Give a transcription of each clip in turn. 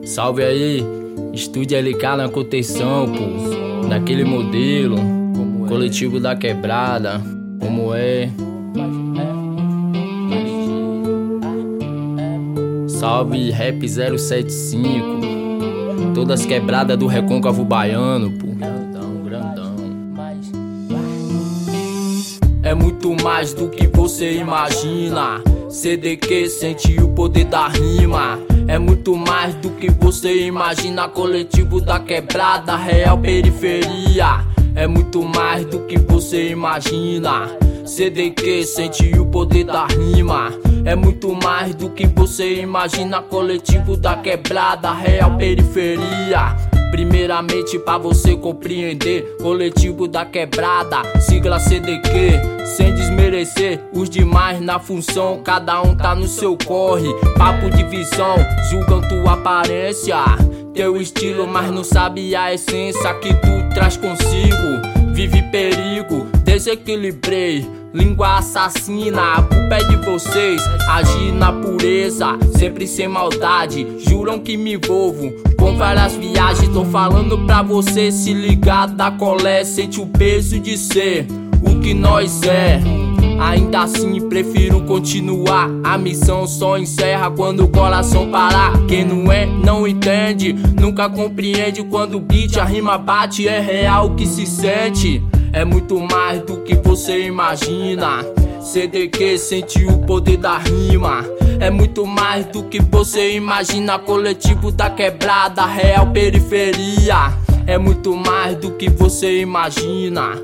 Salve aí, Estúdio LK na contenção, pô. Daquele modelo, coletivo da quebrada, como é. Salve Rap 075, todas quebradas do Recôncavo Baiano, pô. Grandão. É muito mais do que você imagina. CDQ sente o poder da rima. É muito mais do que você imagina. Coletivo da quebrada, real periferia. É muito mais do que você imagina. CDQ sente o poder da rima. É muito mais do que você imagina. Coletivo da quebrada, real periferia. Primeiramente pra você compreender, coletivo da quebrada, sigla CDQ, sem desmerecer os demais na função. Cada um tá no seu corre, papo de visão, julgam tua aparência, teu estilo, mas não sabe a essência que tu traz consigo. Vive perigo, desequilibrei, língua assassina. A culpa é de vocês, agir na pureza, sempre sem maldade. Juram que me envolvo com várias viagens. Tô falando pra você se ligar da colé. Sente o peso de ser o que nós é. Ainda assim prefiro continuar. A missão só encerra quando o coração parar. Quem não é, não entende, nunca compreende. Quando o beat, a rima bate, é real o que se sente. É muito mais do que você imagina. CDQ sente o poder da rima. É muito mais do que você imagina. Coletivo da quebrada, real periferia. É muito mais do que você imagina.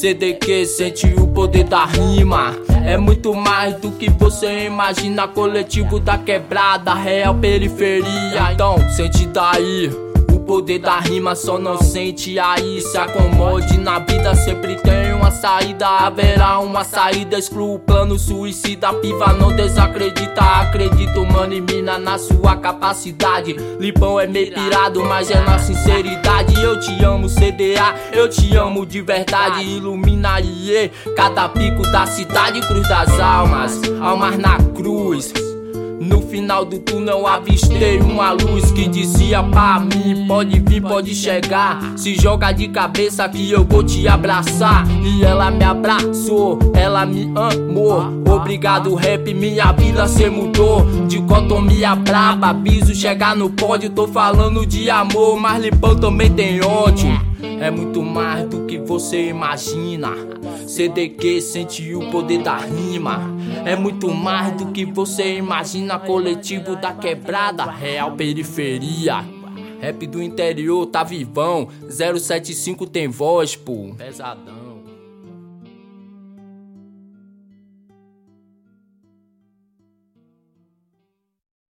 CDQ sente o poder da rima. É muito mais do que você imagina. Coletivo da quebrada, real periferia. Então, sente daí o poder da rima, só não sente aí. Se acomode na vida, sempre tem uma saída. Haverá uma saída, exclua o plano suicida. Piva não desacredita, acredito, mano, e mina na sua capacidade. Lipão é meio pirado, mas é na sinceridade. Eu te amo, CDA, eu te amo de verdade. Ilumina IE, cada pico da cidade. Cruz das almas, almas na cruz. No final do túnel avistei uma luz que dizia pra mim: pode vir, pode chegar, se joga de cabeça que eu vou te abraçar. E ela me abraçou, ela me amou. Obrigado rap, minha vida cê mudou. Dicotomia braba, biso chegar no pódio. Tô falando de amor, mas Lipão também tem ódio. É muito mais do que você imagina. CDQ sente o poder da rima. É muito mais do que você imagina. Coletivo da quebrada, real periferia. Rap do interior tá vivão. 075 tem voz, pô. Pesadão.